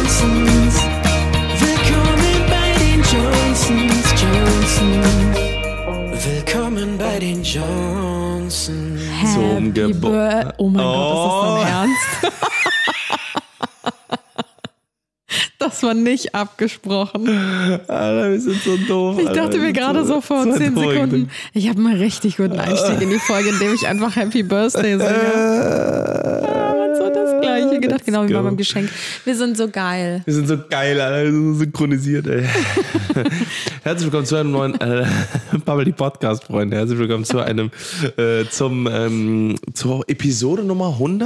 Johnsons. Willkommen bei den Johnsons. Willkommen bei den Johnsons. Zum Geburtstag. Oh mein Gott, ist das dein Ernst? Das war nicht abgesprochen. Alter, wir sind so doof. Ich dachte mir gerade so vor 10 Sekunden, ich habe einen richtig guten Einstieg in die Folge, in dem ich einfach Happy Birthday singe. Man so das Gleiche gedacht, genau wie bei meinem Geschenk. Wir sind so geil. Wir sind so geil, Alter, wir sind so synchronisiert, ey. Herzlich willkommen zu einem neuen Pavel, die Podcast-Freunde. Herzlich willkommen zu einem zur Episode Nummer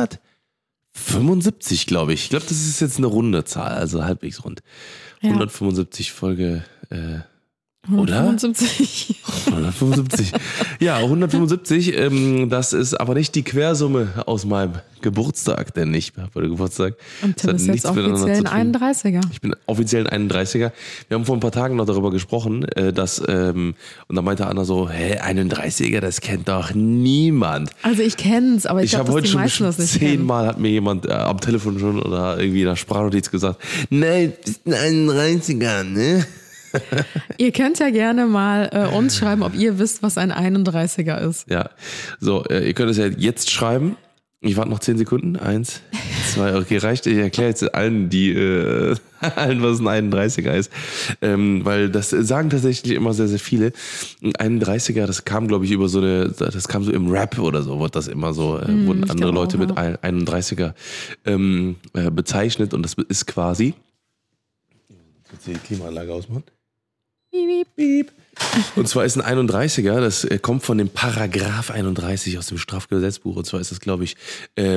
175, glaube ich. Ich glaube, das ist jetzt eine runde Zahl, also halbwegs rund. Ja. 175 Folge, oder? 175. 175. Ja, 175. Das ist aber nicht die Quersumme aus meinem Geburtstag, denn ich habe heute Geburtstag. Und Tim ist jetzt offiziell ein 31er. Ich bin offiziell ein 31er. Wir haben vor ein paar Tagen noch darüber gesprochen, dass, und da meinte Anna so, 31er, das kennt doch niemand. Also ich kenn's, aber ich glaube, dass heute die meisten das nicht kennen. 10-mal hat mir jemand am Telefon schon oder irgendwie in der Sprachnotiz gesagt, nein, du bist ein 31er, ne? Ihr könnt ja gerne mal uns schreiben, ob ihr wisst, was ein 31er ist. Ja, so, ihr könnt es ja jetzt schreiben. Ich warte noch 10 Sekunden. 1, 2, okay, reicht. Ich erkläre jetzt allen, allen, was ein 31er ist. Weil das sagen tatsächlich immer sehr, sehr viele. Ein 31er, das kam, glaube ich, das kam so im Rap oder so, wurde das immer so, wurden andere Leute mit 31er bezeichnet. Und das ist quasi, jetzt die Klimaanlage ausmachen. Piep, piep. Und zwar ist ein 31er, das kommt von dem Paragraph 31 aus dem Strafgesetzbuch. Und zwar ist das, glaube ich,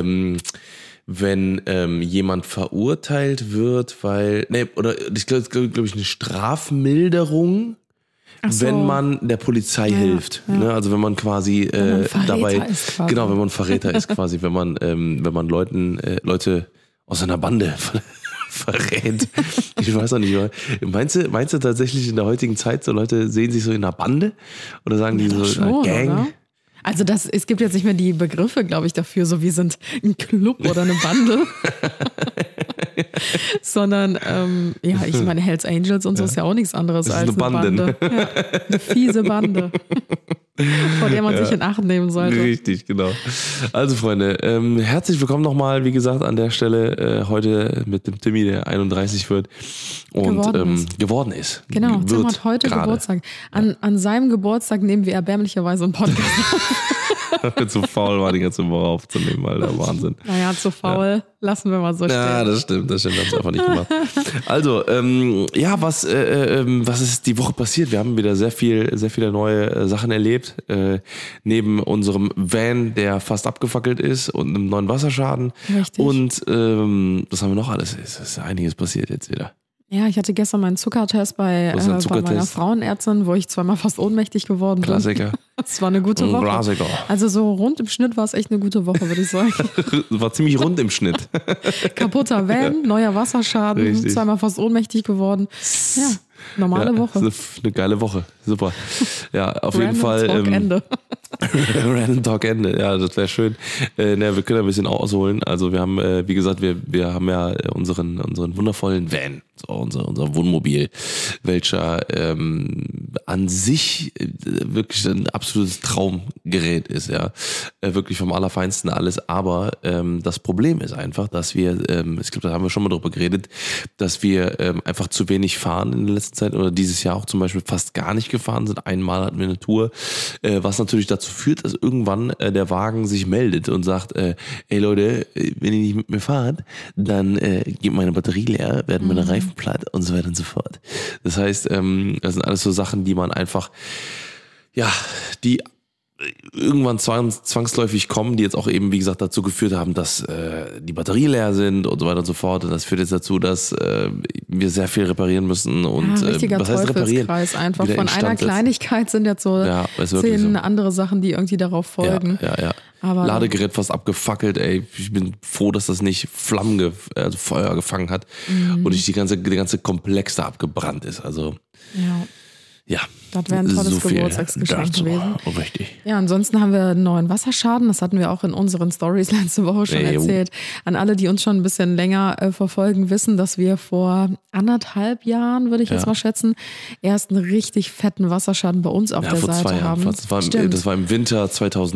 wenn jemand verurteilt wird, ich glaube ich, eine Strafmilderung, wenn man der Polizei hilft. Ja. Ne? Also wenn man quasi wenn man dabei ist quasi. Genau, wenn man Verräter ist quasi, wenn man Leute aus einer Bande verrät. Ich weiß auch nicht, meinst du tatsächlich in der heutigen Zeit, so Leute sehen sich so in einer Bande? Oder sagen die so schon, Gang? oder? Also es gibt jetzt nicht mehr die Begriffe, glaube ich, dafür, so wir sind ein Club oder eine Bande. Sondern, ich meine, Hells Angels und so ist ja auch nichts anderes Das ist als eine Bande. Ja, eine fiese Bande. Vor der man sich in Acht nehmen sollte. Richtig, genau. Also Freunde, herzlich willkommen nochmal, wie gesagt, an der Stelle heute mit dem Timmy, der 31 wird und geworden ist. Genau, Tim hat heute Geburtstag. An seinem Geburtstag nehmen wir erbärmlicherweise einen Podcast auf. Zu faul war, die ganze Woche aufzunehmen, Alter, Wahnsinn. Naja, zu faul. Lassen wir mal so stehen. Ja, das stimmt, haben es einfach nicht gemacht. Also, was ist die Woche passiert? Wir haben wieder sehr viele neue Sachen erlebt. Neben unserem Van, der fast abgefackelt ist und einem neuen Wasserschaden. Richtig. Und was haben wir noch alles? Es ist einiges passiert jetzt wieder. Ja, ich hatte gestern meinen Zuckertest bei meiner Frauenärztin, wo ich zweimal fast ohnmächtig geworden bin. Klassiker. Es war eine gute Woche. Klassiker. Also so rund im Schnitt war es echt eine gute Woche, würde ich sagen. War ziemlich rund im Schnitt. Kaputter Van, neuer Wasserschaden, Richtig. zweimal fast ohnmächtig geworden. Ja, normale Woche. Das ist eine geile Woche. Super. Ja, auf jeden Fall. Talk Ende. Random Talk Ende, ja, das wäre schön. Wir können ein bisschen ausholen. Also wir haben, wie gesagt, wir haben ja unseren wundervollen Van, so unser Wohnmobil, welcher an sich wirklich ein absolutes Traumgerät ist, ja. Wirklich vom Allerfeinsten alles. Aber das Problem ist einfach, dass wir, ich glaube, da haben wir schon mal drüber geredet, dass wir einfach zu wenig fahren in der letzten Zeit oder dieses Jahr auch zum Beispiel fast gar nicht gefahren sind. Einmal hatten wir eine Tour, was natürlich dazu führt, dass irgendwann der Wagen sich meldet und sagt, ey Leute, wenn ihr nicht mit mir fahrt, dann geht meine Batterie leer, werden meine Reifen platt und so weiter und so fort. Das heißt, das sind alles so Sachen, die man einfach, die irgendwann zwangsläufig kommen, die jetzt auch eben, wie gesagt, dazu geführt haben, dass die Batterien leer sind und so weiter und so fort. Und das führt jetzt dazu, dass wir sehr viel reparieren müssen. Und richtiger was heißt reparieren? Teufelskreis einfach. Von einer Kleinigkeit sind jetzt so 10 andere Sachen, die irgendwie darauf folgen. Ja. Aber Ladegerät fast abgefackelt, ey. Ich bin froh, dass das nicht Feuer gefangen hat und nicht der ganze Komplex da abgebrannt ist. Also Ja. Das wäre ein tolles so viel Geburtstagsgeschenk dazu. gewesen. Richtig. Ja, ansonsten haben wir einen neuen Wasserschaden. Das hatten wir auch in unseren Stories letzte Woche schon erzählt. An alle, die uns schon ein bisschen länger verfolgen, wissen, dass wir vor 1,5 Jahren, würde ich jetzt mal schätzen, erst einen richtig fetten Wasserschaden bei uns auf der vor Seite 2 Jahren. haben. Das war im Winter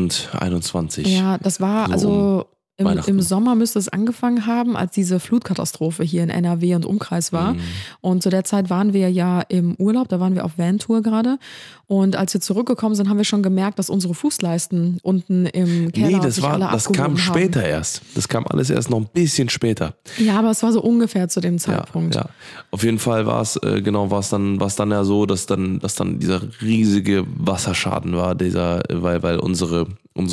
2021. Ja, das war So also im Weihnachten. Sommer müsste es angefangen haben, als diese Flutkatastrophe hier in NRW und Umkreis war. Und zu der Zeit waren wir ja im Urlaub, da waren wir auf Van-Tour gerade. Und als wir zurückgekommen sind, haben wir schon gemerkt, dass unsere Fußleisten unten im Keller sich alle das kam abgehoben später erst. Das kam alles erst noch ein bisschen später. Ja, aber es war so ungefähr zu dem Zeitpunkt. Ja. Auf jeden Fall war es dann ja so, dass dann dieser riesige Wasserschaden war, weil unsere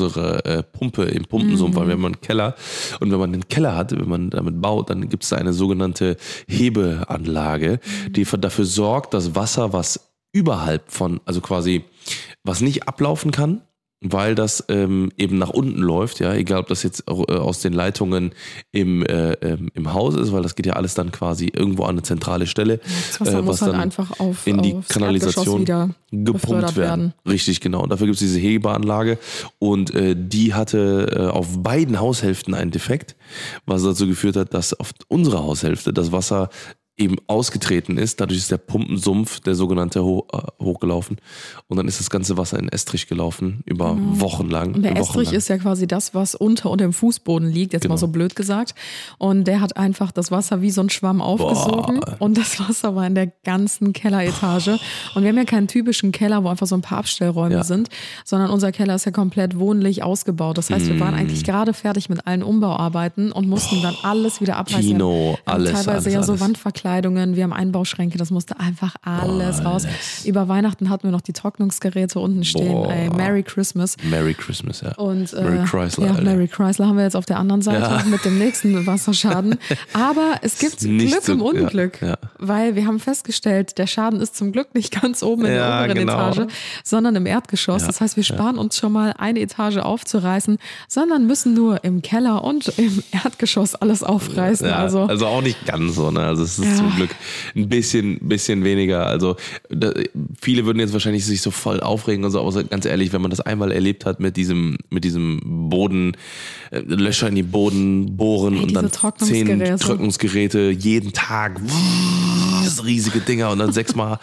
Pumpe im Pumpensumpf, weil wir haben einen Keller und wenn man einen Keller hat, wenn man damit baut, dann gibt es eine sogenannte Hebeanlage, die dafür sorgt, dass Wasser, was überhalb von, also quasi, was nicht ablaufen kann, weil das eben nach unten läuft, ja, egal ob das jetzt aus den Leitungen im Haus ist, weil das geht ja alles dann quasi irgendwo an eine zentrale Stelle, Das Wasser muss was halt dann einfach in die aufs Kanalisation Erdgeschoss wieder gepumpt befördert werden. Richtig, genau. Und dafür gibt es diese Hebeanlage und die hatte auf beiden Haushälften einen Defekt, was dazu geführt hat, dass auf unserer Haushälfte das Wasser eben ausgetreten ist. Dadurch ist der Pumpensumpf, der sogenannte, hochgelaufen. Und dann ist das ganze Wasser in Estrich gelaufen, über Wochen lang. Und der Estrich ist ja quasi das, was unter dem Fußboden liegt, jetzt mal so blöd gesagt. Und der hat einfach das Wasser wie so ein Schwamm aufgesogen. Und das Wasser war in der ganzen Kelleretage. Und wir haben ja keinen typischen Keller, wo einfach so ein paar Abstellräume sind, sondern unser Keller ist ja komplett wohnlich ausgebaut. Das heißt, wir waren eigentlich gerade fertig mit allen Umbauarbeiten und mussten dann alles wieder abreißen. Kino, alles. Teilweise so Wandverkleidungen, wir haben Einbauschränke, das musste einfach alles raus. Über Weihnachten hatten wir noch die Trocknungsgeräte unten stehen. Ey, Merry Christmas. Merry Christmas, ja. Und, Merry Chrysler. Ja, Alter. Merry Chrysler haben wir jetzt auf der anderen Seite mit dem nächsten Wasserschaden. Aber es gibt Glück im Unglück, weil wir haben festgestellt, der Schaden ist zum Glück nicht ganz oben in der oberen Etage, sondern im Erdgeschoss. Das heißt, wir sparen uns schon mal eine Etage aufzureißen, sondern müssen nur im Keller und im Erdgeschoss alles aufreißen. Ja, also auch nicht ganz so, ne? Also es ist zum Glück ein bisschen weniger. Also viele würden jetzt wahrscheinlich sich so voll aufregen und so, aber ganz ehrlich, wenn man das einmal erlebt hat mit diesem Boden, Löcher in die Boden bohren und dann 10 Trocknungsgeräte jeden Tag, das riesige Dinger und dann sechsmal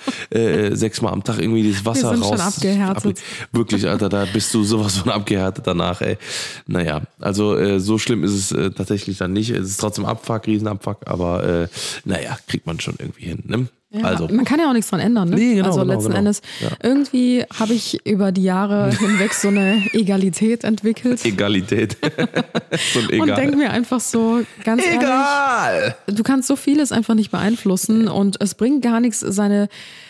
am Tag irgendwie das Wasser wir sind raus. Schon abgehärtet. Wirklich, Alter, da bist du sowas von abgehärtet danach, ey. Naja, also so schlimm ist es tatsächlich dann nicht. Es ist trotzdem Abfuck, Riesenabfuck, aber naja, kriegt man schon irgendwie hin, ne? Ja, also. Man kann ja auch nichts dran ändern. Ne? Nee, genau, letzten Endes, irgendwie habe ich über die Jahre hinweg so eine Egalität entwickelt. Egalität. So ein und denke mir einfach so, ganz ehrlich, du kannst so vieles einfach nicht beeinflussen und es bringt gar nichts, seine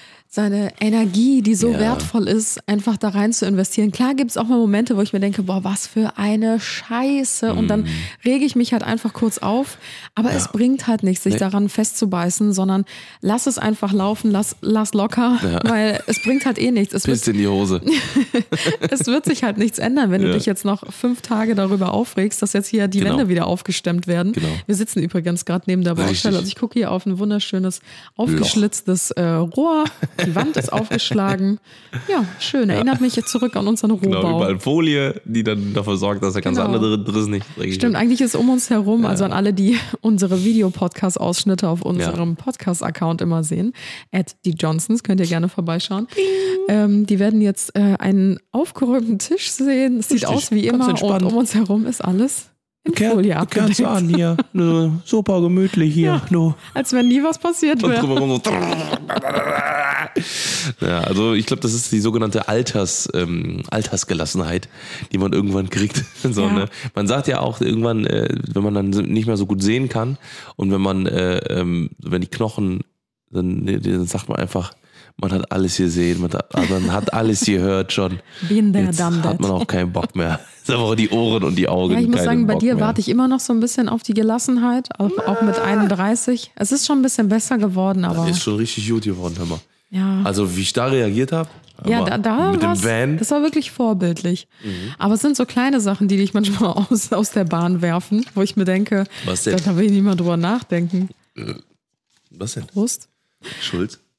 Energie, die so wertvoll ist, einfach da rein zu investieren. Klar gibt es auch mal Momente, wo ich mir denke, boah, was für eine Scheiße. Und dann rege ich mich halt einfach kurz auf. Aber es bringt halt nichts, sich daran festzubeißen, sondern lass es einfach laufen, lass locker, weil es bringt halt eh nichts. Pisst in die Hose. Es wird sich halt nichts ändern, wenn du dich jetzt noch 5 Tage darüber aufregst, dass jetzt hier die Wände wieder aufgestemmt werden. Genau. Wir sitzen übrigens gerade neben der Baustelle. Also ich gucke hier auf ein wunderschönes, aufgeschlitztes Rohr. Die Wand ist aufgeschlagen. Ja, schön. Erinnert mich jetzt zurück an unseren Rohbau. Genau, überall Folie, die dann dafür sorgt, dass der ganze andere Driss nicht dreckig Stimmt, eigentlich ist um uns herum, also an alle, die unsere Videopodcast-Ausschnitte auf unserem Podcast-Account immer sehen, @diejohnsons, könnt ihr gerne vorbeischauen. Die werden jetzt einen aufgeräumten Tisch sehen. Es sieht aus wie immer und um uns herum ist alles in Folie abgedeckt. Ganz an hier. Super gemütlich hier. Als wenn nie was passiert wäre. Ja, also ich glaube, das ist die sogenannte Altersgelassenheit, die man irgendwann kriegt. So, ne? Man sagt ja auch irgendwann, wenn man dann nicht mehr so gut sehen kann und wenn die Knochen, dann sagt man einfach, man hat alles gesehen, man hat alles gehört schon. Jetzt hat man auch keinen Bock mehr. Aber die Ohren und die Augen. Ja, ich muss sagen, bei dir mehr. warte ich immer noch so ein bisschen auf die Gelassenheit, auch mit 31. Es ist schon ein bisschen besser geworden, aber. Das ist schon richtig gut geworden, hör mal. Ja. Also wie ich da reagiert habe. Ja, da mit dem Van. Das war wirklich vorbildlich. Aber es sind so kleine Sachen, die dich manchmal aus der Bahn werfen, wo ich mir denke, was denn? da will ich nicht mal drüber nachdenken. Was denn? Prost. Schulz.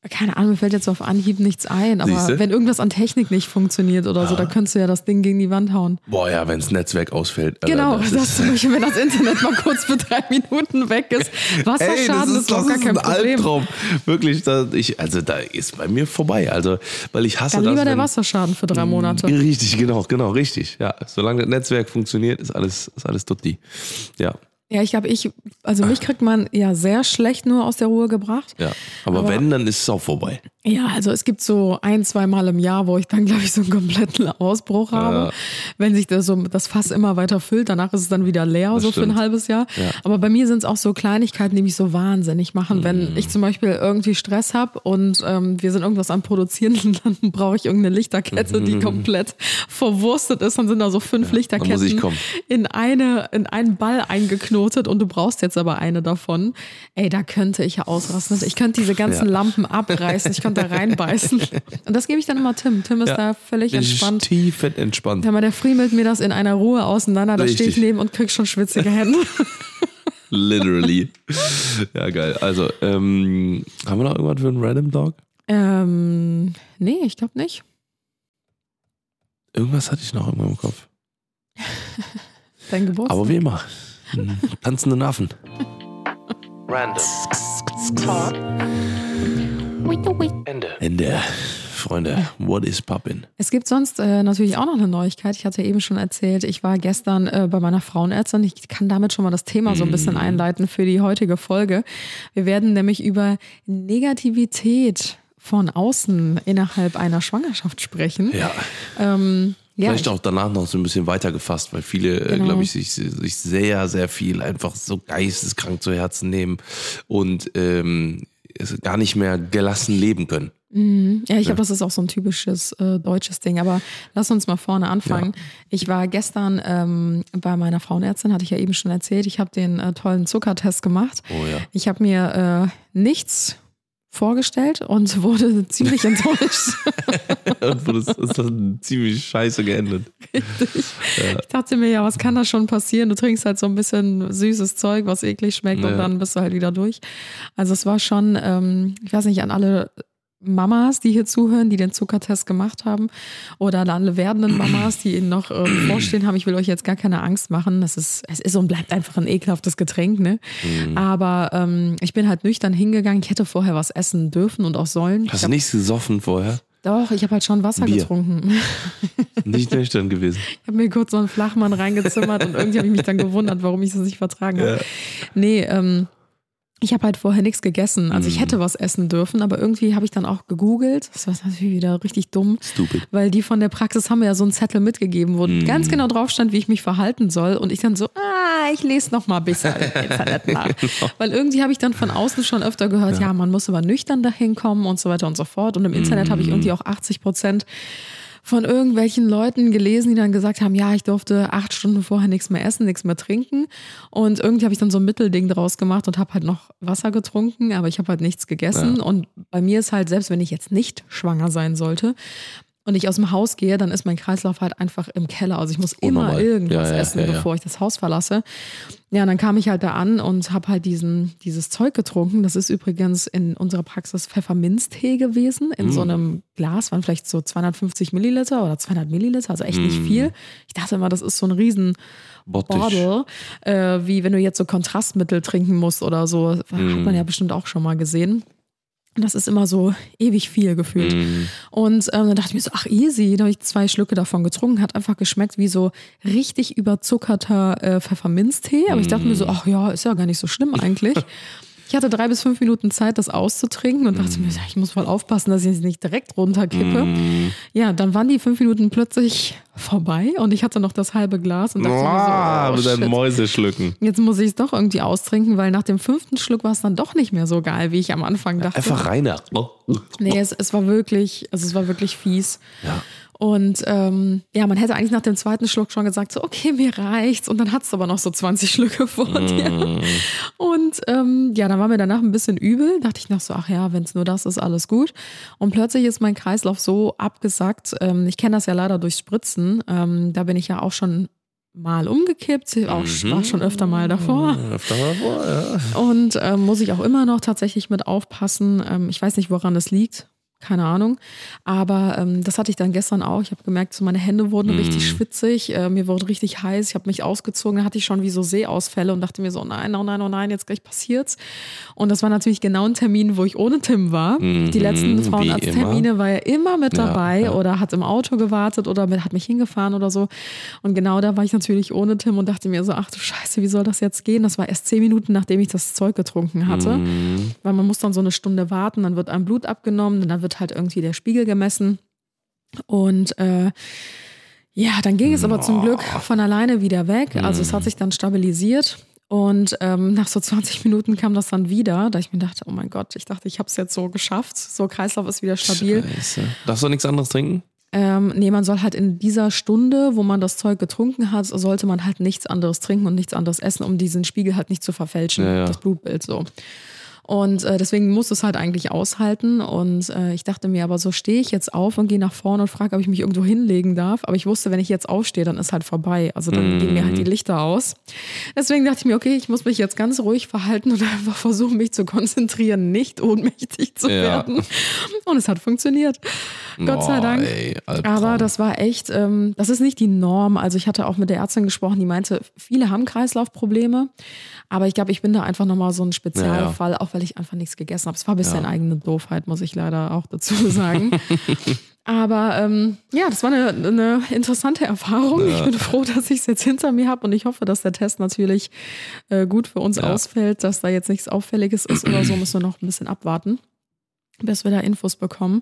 keine Ahnung, mir fällt jetzt auf Anhieb nichts ein, aber Siehste? wenn irgendwas an Technik nicht funktioniert oder so, da könntest du ja das Ding gegen die Wand hauen. Boah, ja, wenn das Netzwerk ausfällt. Alter, Genau, das das ist, zum Beispiel, wenn das Internet mal kurz für 3 Minuten weg ist. Wasserschaden ist doch gar kein Problem. Albtraum. Wirklich, da ist bei mir vorbei. Also, weil ich hasse Dann das. lieber der Wasserschaden für 3 Monate. Richtig, genau, richtig. Ja, solange das Netzwerk funktioniert, ist alles tutti. Ja. Ja, ich glaube, mich kriegt man ja sehr schlecht nur aus der Ruhe gebracht. Ja, aber wenn, dann ist es auch vorbei. Ja, also es gibt so 1-2 Mal im Jahr, wo ich dann, glaube ich, so einen kompletten Ausbruch habe. Wenn sich das Fass immer weiter füllt, danach ist es dann wieder leer, Das so für ein stimmt. halbes Jahr. Ja. Aber bei mir sind es auch so Kleinigkeiten, die mich so wahnsinnig machen. Wenn ich zum Beispiel irgendwie Stress habe und wir sind irgendwas am Produzieren, dann brauche ich irgendeine Lichterkette, die komplett verwurstet ist. Dann sind da so 5 Lichterketten muss ich kommen. in einen Ball eingeknotet und du brauchst jetzt aber eine davon. Ey, da könnte ich ja ausrasten. Ich könnte diese ganzen Lampen abreißen, ich könnte da reinbeißen. Und das gebe ich dann immer Tim. Tim ist da völlig entspannt. Tief entspannt. Ja, der friemelt mir das in einer Ruhe auseinander, da stehe ich neben und krieg schon schwitzige Hände. Literally. Ja, geil. Also, haben wir noch irgendwas für einen Random Dog? Nee, ich glaube nicht. Irgendwas hatte ich noch irgendwann im Kopf. Dein Geburtstag. Aber wie immer. Tanzenden Affen. Random. Ende. Freunde, what is poppin'? Es gibt sonst natürlich auch noch eine Neuigkeit. Ich hatte eben schon erzählt, ich war gestern bei meiner Frauenärztin. Ich kann damit schon mal das Thema so ein bisschen einleiten für die heutige Folge. Wir werden nämlich über Negativität von außen innerhalb einer Schwangerschaft sprechen. Ja. Vielleicht auch danach noch so ein bisschen weiter gefasst, weil viele, glaube ich, sich sehr, sehr viel einfach so geisteskrank zu Herzen nehmen und es gar nicht mehr gelassen leben können. Ja, ich glaube, das ist auch so ein typisches deutsches Ding. Aber lass uns mal vorne anfangen. Ja. Ich war gestern bei meiner Frauenärztin, hatte ich ja eben schon erzählt. Ich habe den tollen Zuckertest gemacht. Oh ja. Ich habe mir nichts vorgestellt und wurde ziemlich enttäuscht. Und das ist dann ziemlich scheiße geendet. Richtig. Ja. Ich dachte mir, ja, was kann da schon passieren? Du trinkst halt so ein bisschen süßes Zeug, was eklig schmeckt und dann bist du halt wieder durch. Also es war schon, ich weiß nicht, an alle Mamas, die hier zuhören, die den Zuckertest gemacht haben oder an alle werdenden Mamas, die ihnen noch vorstehen haben, ich will euch jetzt gar keine Angst machen. Es ist und bleibt einfach ein ekelhaftes Getränk, ne? Aber ich bin halt nüchtern hingegangen. Ich hätte vorher was essen dürfen und auch sollen. Hast du nichts gesoffen vorher? Doch, ich habe halt schon Wasser getrunken. Nicht nüchtern gewesen. Ich habe mir kurz so einen Flachmann reingezimmert und irgendwie habe ich mich dann gewundert, warum ich das nicht vertragen habe. Ja. Nee, ich habe halt vorher nichts gegessen. Also ich hätte was essen dürfen, aber irgendwie habe ich dann auch gegoogelt. Das war natürlich wieder richtig dumm. Stupid. Weil die von der Praxis haben mir ja so einen Zettel mitgegeben, wo ganz genau drauf stand, wie ich mich verhalten soll. Und ich dann so, ich lese noch mal ein bisschen im Internet nach. Genau. Weil irgendwie habe ich dann von außen schon öfter gehört, ja, man muss aber nüchtern dahin kommen und so weiter und so fort. Und im Internet habe ich irgendwie auch 80% von irgendwelchen Leuten gelesen, die dann gesagt haben, ja, ich durfte 8 Stunden vorher nichts mehr essen, nichts mehr trinken. Und irgendwie habe ich dann so ein Mittelding draus gemacht und habe halt noch Wasser getrunken, aber ich habe halt nichts gegessen. Ja. Und bei mir ist halt, selbst wenn ich jetzt nicht schwanger sein sollte und ich aus dem Haus gehe, dann ist mein Kreislauf halt einfach im Keller. Also ich muss immer irgendwas essen, bevor ich das Haus verlasse. Ja, und dann kam ich halt da an und habe halt dieses Zeug getrunken. Das ist übrigens in unserer Praxis Pfefferminztee gewesen. In so einem Glas waren vielleicht so 250 Milliliter oder 200 Milliliter, also echt nicht viel. Ich dachte immer, das ist so ein riesen Bottle, wie wenn du jetzt so Kontrastmittel trinken musst oder so. Hat man ja bestimmt auch schon mal gesehen. Das ist immer so ewig viel gefühlt. Und dann dachte ich mir so, ach easy, da habe ich 2 Schlücke davon getrunken, hat einfach geschmeckt wie so richtig überzuckerter Pfefferminztee. Aber ich dachte mir so, ach ja, ist ja gar nicht so schlimm eigentlich. Ich hatte 3 bis 5 Minuten Zeit, das auszutrinken und dachte mir, ich muss voll aufpassen, dass ich es nicht direkt runterkippe. Ja, dann waren die 5 Minuten plötzlich vorbei und ich hatte noch das halbe Glas und dachte mir so, mit deinen Mäuseschlücken. Jetzt muss ich es doch irgendwie austrinken, weil nach dem 5. Schluck war es dann doch nicht mehr so geil, wie ich am Anfang dachte. Einfach reiner. Nee, es war wirklich fies. Ja. Und man hätte eigentlich nach dem 2. Schluck schon gesagt, so okay, mir reicht's. Und dann hat's aber noch so 20 Schlücke vor dir. Und dann war mir danach ein bisschen übel. Dachte ich noch so, ach ja, wenn es nur das ist, alles gut. Und plötzlich ist mein Kreislauf so abgesackt. Ich kenne das ja leider durch Spritzen. Da bin ich ja auch schon mal umgekippt, war schon öfter mal davor. Ja. Und muss ich auch immer noch tatsächlich mit aufpassen. Ich weiß nicht, woran das liegt. Keine Ahnung. Aber das hatte ich dann gestern auch. Ich habe gemerkt, so meine Hände wurden richtig schwitzig. Mir wurde richtig heiß. Ich habe mich ausgezogen. Da hatte ich schon wie so Sehausfälle und dachte mir so, oh nein, jetzt gleich passiert's. Und das war natürlich genau ein Termin, wo ich ohne Tim war. Die letzten Frauenarzttermine war er immer mit dabei oder hat im Auto gewartet oder hat mich hingefahren oder so. Und genau da war ich natürlich ohne Tim und dachte mir so, ach du Scheiße, wie soll das jetzt gehen? Das war erst 10 Minuten, nachdem ich das Zeug getrunken hatte. Weil man muss dann so eine Stunde warten, dann wird einem Blut abgenommen, dann wird halt irgendwie der Spiegel gemessen. Und dann ging es aber zum Glück von alleine wieder weg. Also es hat sich dann stabilisiert. Und nach so 20 Minuten kam das dann wieder, da ich mir dachte, oh mein Gott, ich habe es jetzt so geschafft. So, Kreislauf ist wieder stabil. Scheiße. Darfst du nichts anderes trinken? Nee, man soll halt in dieser Stunde, wo man das Zeug getrunken hat, sollte man halt nichts anderes trinken und nichts anderes essen, um diesen Spiegel halt nicht zu verfälschen, das Blutbild so. Und deswegen muss es halt eigentlich aushalten. Und ich dachte mir, aber so stehe ich jetzt auf und gehe nach vorne und frage, ob ich mich irgendwo hinlegen darf. Aber ich wusste, wenn ich jetzt aufstehe, dann ist halt vorbei. Also dann gehen mir halt die Lichter aus. Deswegen dachte ich mir, okay, ich muss mich jetzt ganz ruhig verhalten und einfach versuchen, mich zu konzentrieren, nicht ohnmächtig zu werden. Und es hat funktioniert. Gott sei Dank. Aber das war echt, das ist nicht die Norm. Also ich hatte auch mit der Ärztin gesprochen, die meinte, viele haben Kreislaufprobleme. Aber ich glaube, ich bin da einfach nochmal so ein Spezialfall, auch weil ich einfach nichts gegessen habe. Es war ein bisschen eigene Doofheit, muss ich leider auch dazu sagen. Aber das war eine interessante Erfahrung. Ich bin froh, dass ich es jetzt hinter mir habe und ich hoffe, dass der Test natürlich gut für uns ausfällt, dass da jetzt nichts Auffälliges ist oder so. Müssen wir noch ein bisschen abwarten, bis wir da Infos bekommen.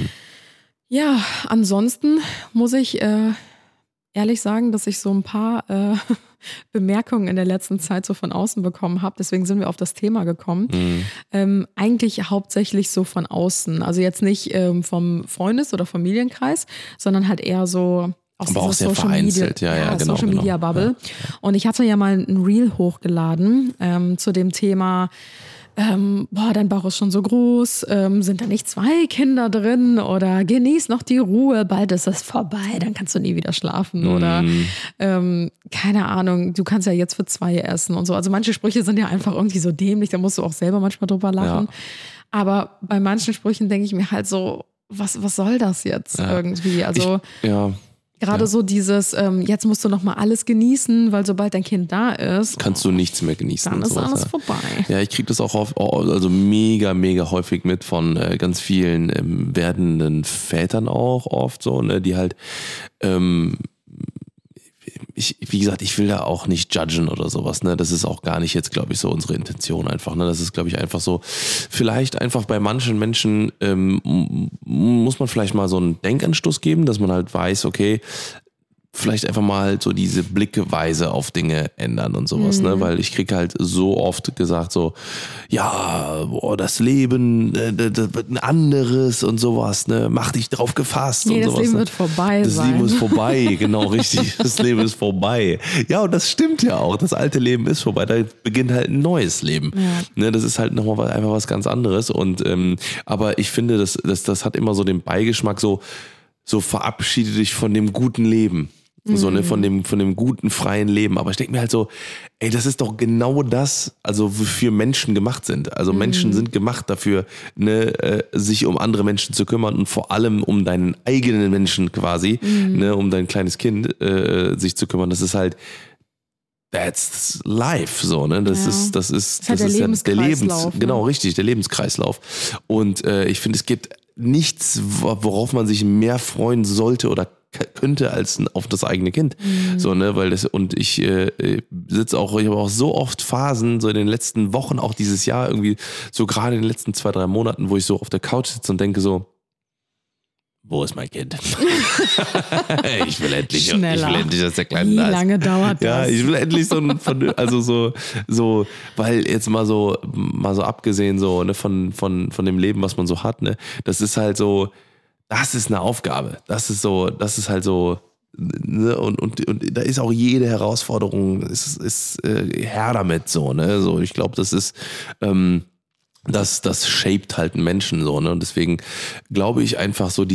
Ja, ansonsten muss ich ehrlich sagen, dass ich so ein paar Bemerkungen in der letzten Zeit so von außen bekommen habe. Deswegen sind wir auf das Thema gekommen. Eigentlich hauptsächlich so von außen. Also jetzt nicht vom Freundes- oder Familienkreis, sondern halt eher so aus aber auch sehr Social vereinzelt. Media, Social Media Bubble. Ja. Und ich hatte ja mal ein Reel hochgeladen zu dem Thema, dein Bauch ist schon so groß, sind da nicht 2 Kinder drin oder genieß noch die Ruhe, bald ist es vorbei, dann kannst du nie wieder schlafen oder keine Ahnung, du kannst ja jetzt für 2 essen und so. Also manche Sprüche sind ja einfach irgendwie so dämlich, da musst du auch selber manchmal drüber lachen. Ja. Aber bei manchen Sprüchen denke ich mir halt so, was soll das jetzt irgendwie? Also gerade so dieses, jetzt musst du noch mal alles genießen, weil sobald dein Kind da ist, kannst du nichts mehr genießen. Dann ist alles vorbei. Ja, ich kriege das auch also mega, mega häufig mit von ganz vielen werdenden Vätern auch oft so, ne, die halt wie gesagt, ich will da auch nicht judgen oder sowas, ne? Das ist auch gar nicht jetzt, glaube ich, so unsere Intention einfach, ne? Das ist, glaube ich, einfach so, vielleicht einfach bei manchen Menschen muss man vielleicht mal so einen Denkanstoß geben, dass man halt weiß, okay, vielleicht einfach mal so diese Blickweise auf Dinge ändern und sowas, ne? Weil ich kriege halt so oft gesagt so, ja, das Leben, das wird ein anderes und sowas, ne? Mach dich drauf gefasst und sowas. Das Leben wird vorbei sein. Das Leben ist vorbei, genau, richtig. Das Leben ist vorbei. Ja, und das stimmt ja auch. Das alte Leben ist vorbei. Da beginnt halt ein neues Leben. Ja. Ne? Das ist halt nochmal einfach was ganz anderes. Und aber ich finde, das hat immer so den Beigeschmack, so verabschiede dich von dem guten Leben. So, ne, von dem guten, freien Leben. Aber ich denke mir halt so, ey, das ist doch genau das, also wofür Menschen gemacht sind. Also Menschen sind gemacht dafür, ne, sich um andere Menschen zu kümmern und vor allem um deinen eigenen Menschen quasi, ne, um dein kleines Kind sich zu kümmern. Das ist halt, that's life, so, ne, das ist der Lebenskreislauf. Genau, richtig, der Lebenskreislauf. Und ich finde, es gibt nichts, worauf man sich mehr freuen sollte oder könnte als auf das eigene Kind. So, ne, weil ich ich habe auch so oft Phasen, so in den letzten Wochen, auch dieses Jahr irgendwie, so gerade in den letzten 2-3 Monaten, wo ich so auf der Couch sitze und denke so, wo ist mein Kind? Ich will endlich, dass der Kleine da ist. Wie lange dauert das? Ja, ich will endlich so, weil jetzt mal so abgesehen so, ne, von dem Leben, was man so hat, ne, das ist halt so, das ist eine Aufgabe. Das ist halt so, ne, und da ist auch jede Herausforderung, ist her damit so, ne, so, ich glaube, das ist, das shaped halt einen Menschen so, ne? Und deswegen glaube ich einfach so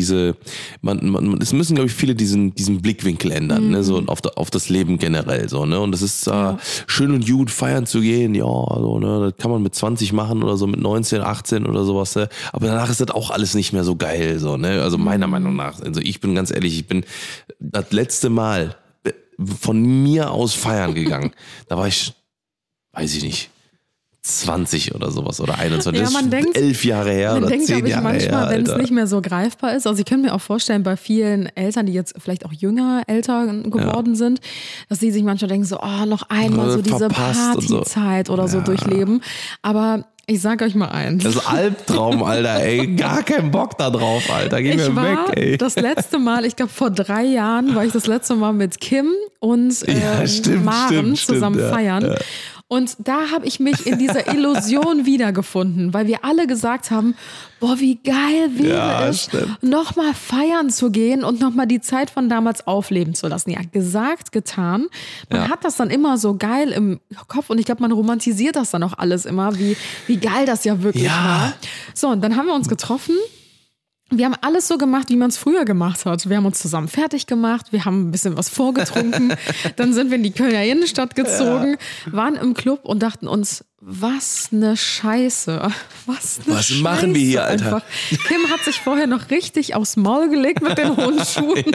es müssen, glaube ich, viele diesen Blickwinkel ändern, ne? So auf das Leben generell so, ne? Und es ist schön und gut, feiern zu gehen, ja, so, ne? Das kann man mit 20 machen oder so, mit 19, 18 oder sowas, ne? Aber danach ist das auch alles nicht mehr so geil, so, ne? Also meiner Meinung nach. Also ich bin ganz ehrlich, ich bin das letzte Mal von mir aus feiern gegangen. Da war ich, weiß ich nicht, 20 oder sowas oder 21. Ja, das ist denkt, 11 Jahre her oder 10 Jahre manchmal, her. wenn es nicht mehr so greifbar ist. Also ich könnte mir auch vorstellen, bei vielen Eltern, die jetzt vielleicht auch jünger Eltern geworden sind, dass die sich manchmal denken so, oh, noch einmal so diese Partyzeit oder so durchleben. Aber ich sag euch mal eins. Das ist Albtraum, Alter, ey. Gar keinen Bock da drauf, Alter. Geh mir weg, ey. Das letzte Mal, ich glaube vor 3 Jahren, war ich das letzte Mal mit Kim und Maren zusammen feiern. Ja. Und da habe ich mich in dieser Illusion wiedergefunden, weil wir alle gesagt haben, boah, wie geil wäre es, nochmal feiern zu gehen und nochmal die Zeit von damals aufleben zu lassen. Ja, gesagt, getan. Man hat das dann immer so geil im Kopf und ich glaube, man romantisiert das dann auch alles immer, wie geil das ja wirklich war. So, und dann haben wir uns getroffen. Wir haben alles so gemacht, wie man es früher gemacht hat. Wir haben uns zusammen fertig gemacht, wir haben ein bisschen was vorgetrunken, dann sind wir in die Kölner Innenstadt gezogen, waren im Club und dachten uns, was eine Scheiße. Was machen wir hier, Alter? Einfach. Kim hat sich vorher noch richtig aufs Maul gelegt mit den hohen Schuhen.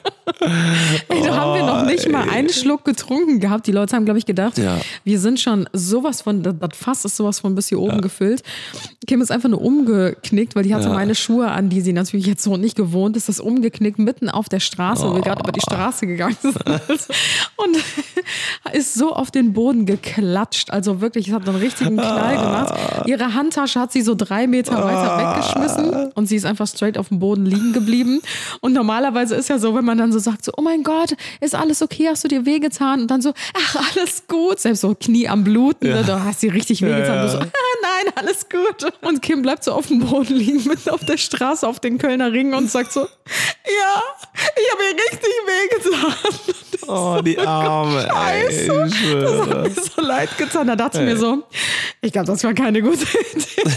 Ey, da haben wir noch nicht mal einen Schluck getrunken gehabt. Die Leute haben, glaube ich, gedacht, wir sind schon sowas von, das Fass ist sowas von bis hier oben gefüllt. Kim ist einfach nur umgeknickt, weil die hatte meine Schuhe an, die sie natürlich jetzt so nicht gewohnt ist. Das umgeknickt mitten auf der Straße, wo wir gerade über die Straße gegangen sind. Und ist so auf den Boden geklatscht. Also wirklich, es hat einen richtigen Knall gemacht. Ihre Handtasche hat sie so 3 Meter weiter weggeschmissen und sie ist einfach straight auf dem Boden liegen geblieben. Und normalerweise ist ja so, wenn man dann so sagt, so, oh mein Gott, ist alles okay, hast du dir wehgetan? Und dann so, ach, alles gut. Selbst so Knie am Bluten, ne? Da hast du richtig wehgetan. Und du so, nein, alles gut. Und Kim bleibt so auf dem Boden liegen, mitten auf der Straße, auf den Kölner Ring und sagt so, ja, ich habe mir richtig wehgetan. Oh, die Arme, Scheiße. Ey, das hat mir so leid getan. Da dachte ich mir so, ich glaube, das war keine gute Idee.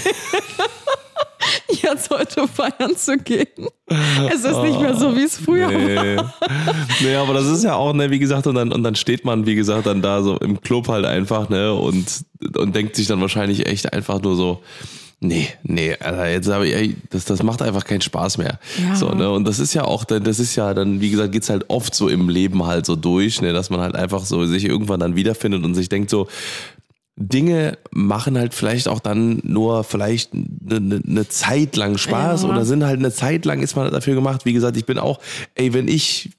Jetzt heute feiern zu gehen. Es ist nicht mehr so, wie es früher war. Nee, aber das ist ja auch, ne, wie gesagt, und dann steht man, wie gesagt, dann da so im Club halt einfach, ne, und denkt sich dann wahrscheinlich echt einfach nur so, nee, Alter, jetzt habe ich, das macht einfach keinen Spaß mehr. Ja. So, ne? Und das ist ja auch, dann, wie gesagt, geht's halt oft so im Leben halt so durch, ne, dass man halt einfach so sich irgendwann dann wiederfindet und sich denkt so, Dinge machen halt vielleicht auch dann nur vielleicht eine Zeit lang Spaß oder sind halt eine Zeit lang ist man halt dafür gemacht. Wie gesagt, ich bin auch, wenn ich,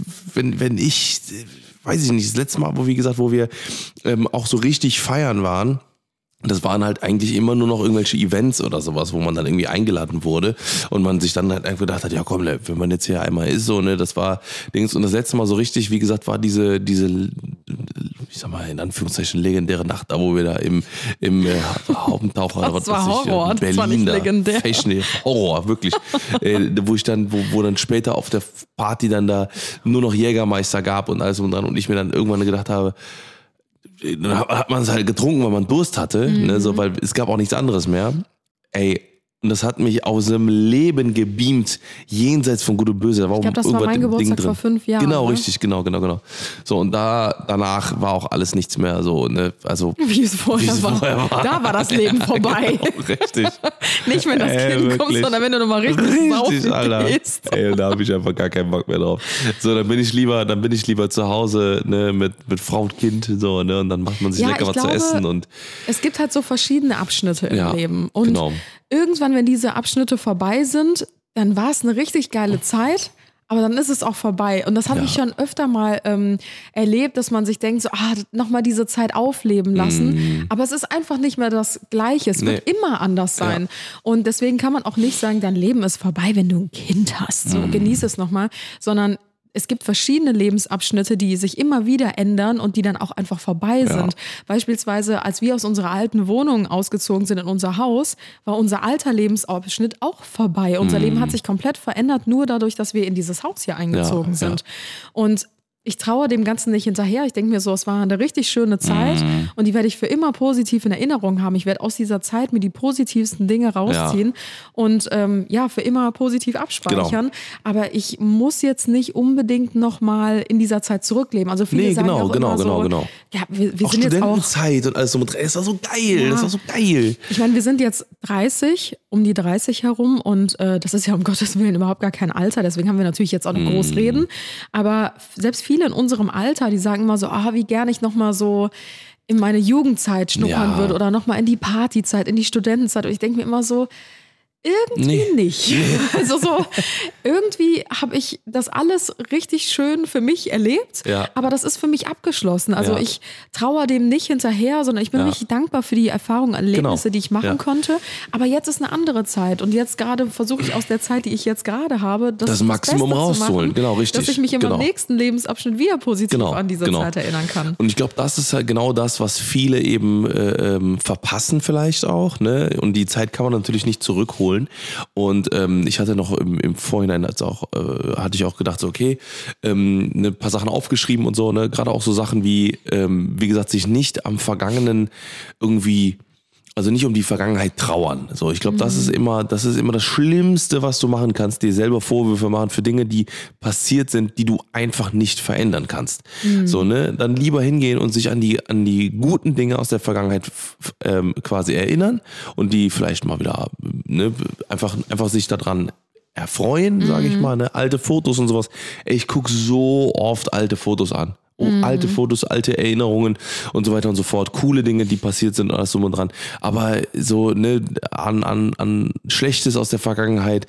weiß ich nicht, das letzte Mal, wo wir auch so richtig feiern waren, das waren halt eigentlich immer nur noch irgendwelche Events oder sowas, wo man dann irgendwie eingeladen wurde und man sich dann halt einfach gedacht hat, ja komm, wenn man jetzt hier einmal ist, so, ne, das war Dings. Und das letzte Mal so richtig, wie gesagt, war diese, ich sag mal, in Anführungszeichen legendäre Nacht, da wo wir da im Haubentaucher oder was war Horror, in Berlin, das war nicht legendär. Fashion, Horror, wirklich. wo dann später auf der Party dann da nur noch Jägermeister gab und alles und dran und ich mir dann irgendwann gedacht habe, dann hat man es halt getrunken, weil man Durst hatte, ne, so, weil es gab auch nichts anderes mehr. Ey, und das hat mich aus dem Leben gebeamt, jenseits von Gut und Böse. Da war ich glaube, das war mein Geburtstag vor 5 Jahren. Genau, ne? Richtig, genau. So, und danach war auch alles nichts mehr so, ne, also. Wie es vorher war. Da war das Leben vorbei. Genau, richtig. Nicht, wenn das Kind kommt, sondern wenn du nochmal richtig saufen Alter. gehst. Ey, da habe ich einfach gar keinen Bock mehr drauf. So, dann bin ich lieber zu Hause, ne, mit Frau und Kind, so, ne, und dann macht man sich lecker was zu essen und. Es gibt halt so verschiedene Abschnitte im Leben. Und genau. Irgendwann, wenn diese Abschnitte vorbei sind, dann war es eine richtig geile Zeit, aber dann ist es auch vorbei. Und das habe ich schon öfter mal erlebt, dass man sich denkt, so, nochmal diese Zeit aufleben lassen. Aber es ist einfach nicht mehr das Gleiche. Es wird immer anders sein. Ja. Und deswegen kann man auch nicht sagen, dein Leben ist vorbei, wenn du ein Kind hast. So, genieß es nochmal. Sondern es gibt verschiedene Lebensabschnitte, die sich immer wieder ändern und die dann auch einfach vorbei sind. Beispielsweise, als wir aus unserer alten Wohnung ausgezogen sind in unser Haus, war unser alter Lebensabschnitt auch vorbei. Unser Leben hat sich komplett verändert, nur dadurch, dass wir in dieses Haus hier eingezogen sind. Und ich traue dem Ganzen nicht hinterher. Ich denke mir so, es war eine richtig schöne Zeit und die werde ich für immer positiv in Erinnerung haben. Ich werde aus dieser Zeit mir die positivsten Dinge rausziehen und für immer positiv abspeichern. Genau. Aber ich muss jetzt nicht unbedingt nochmal in dieser Zeit zurückleben. Also viele sagen auch immer so, ja, wir auch sind jetzt auch Studentenzeit und alles so mit, das war so geil, das war so geil. Ich meine, wir sind jetzt 30, um die 30 herum und das ist ja um Gottes Willen überhaupt gar kein Alter, deswegen haben wir natürlich jetzt auch nicht groß reden, aber selbst viele in unserem Alter, die sagen immer so, wie gerne ich nochmal so in meine Jugendzeit schnuppern würde oder nochmal in die Partyzeit, in die Studentenzeit und ich denke mir immer so, irgendwie nicht. Also so, irgendwie habe ich das alles richtig schön für mich erlebt, aber das ist für mich abgeschlossen. Also ich trauere dem nicht hinterher, sondern ich bin richtig dankbar für die Erfahrungen, Erlebnisse, die ich machen konnte. Aber jetzt ist eine andere Zeit und jetzt gerade versuche ich aus der Zeit, die ich jetzt gerade habe, das Maximum rauszuholen. Genau, richtig. Dass ich mich in meinem nächsten Lebensabschnitt wieder positiv an diese Zeit erinnern kann. Und ich glaube, das ist halt genau das, was viele eben verpassen vielleicht auch. Ne? Und die Zeit kann man natürlich nicht zurückholen. Und ich hatte noch im Vorhinein hatte ich auch gedacht, so okay, ein paar Sachen aufgeschrieben und so, ne, gerade auch so Sachen wie gesagt, sich nicht am Vergangenen irgendwie, also nicht um die Vergangenheit trauern. So, ich glaube, das ist immer das Schlimmste, was du machen kannst, dir selber Vorwürfe machen für Dinge, die passiert sind, die du einfach nicht verändern kannst. So, ne, dann lieber hingehen und sich an die guten Dinge aus der Vergangenheit quasi erinnern und die vielleicht mal wieder, ne, einfach sich daran erfreuen, sage ich mal, ne, alte Fotos und sowas. Ey, ich gucke so oft alte Fotos an. Alte Fotos, alte Erinnerungen und so weiter und so fort. Coole Dinge, die passiert sind und alles drum und dran. Aber so, ne, an Schlechtes aus der Vergangenheit,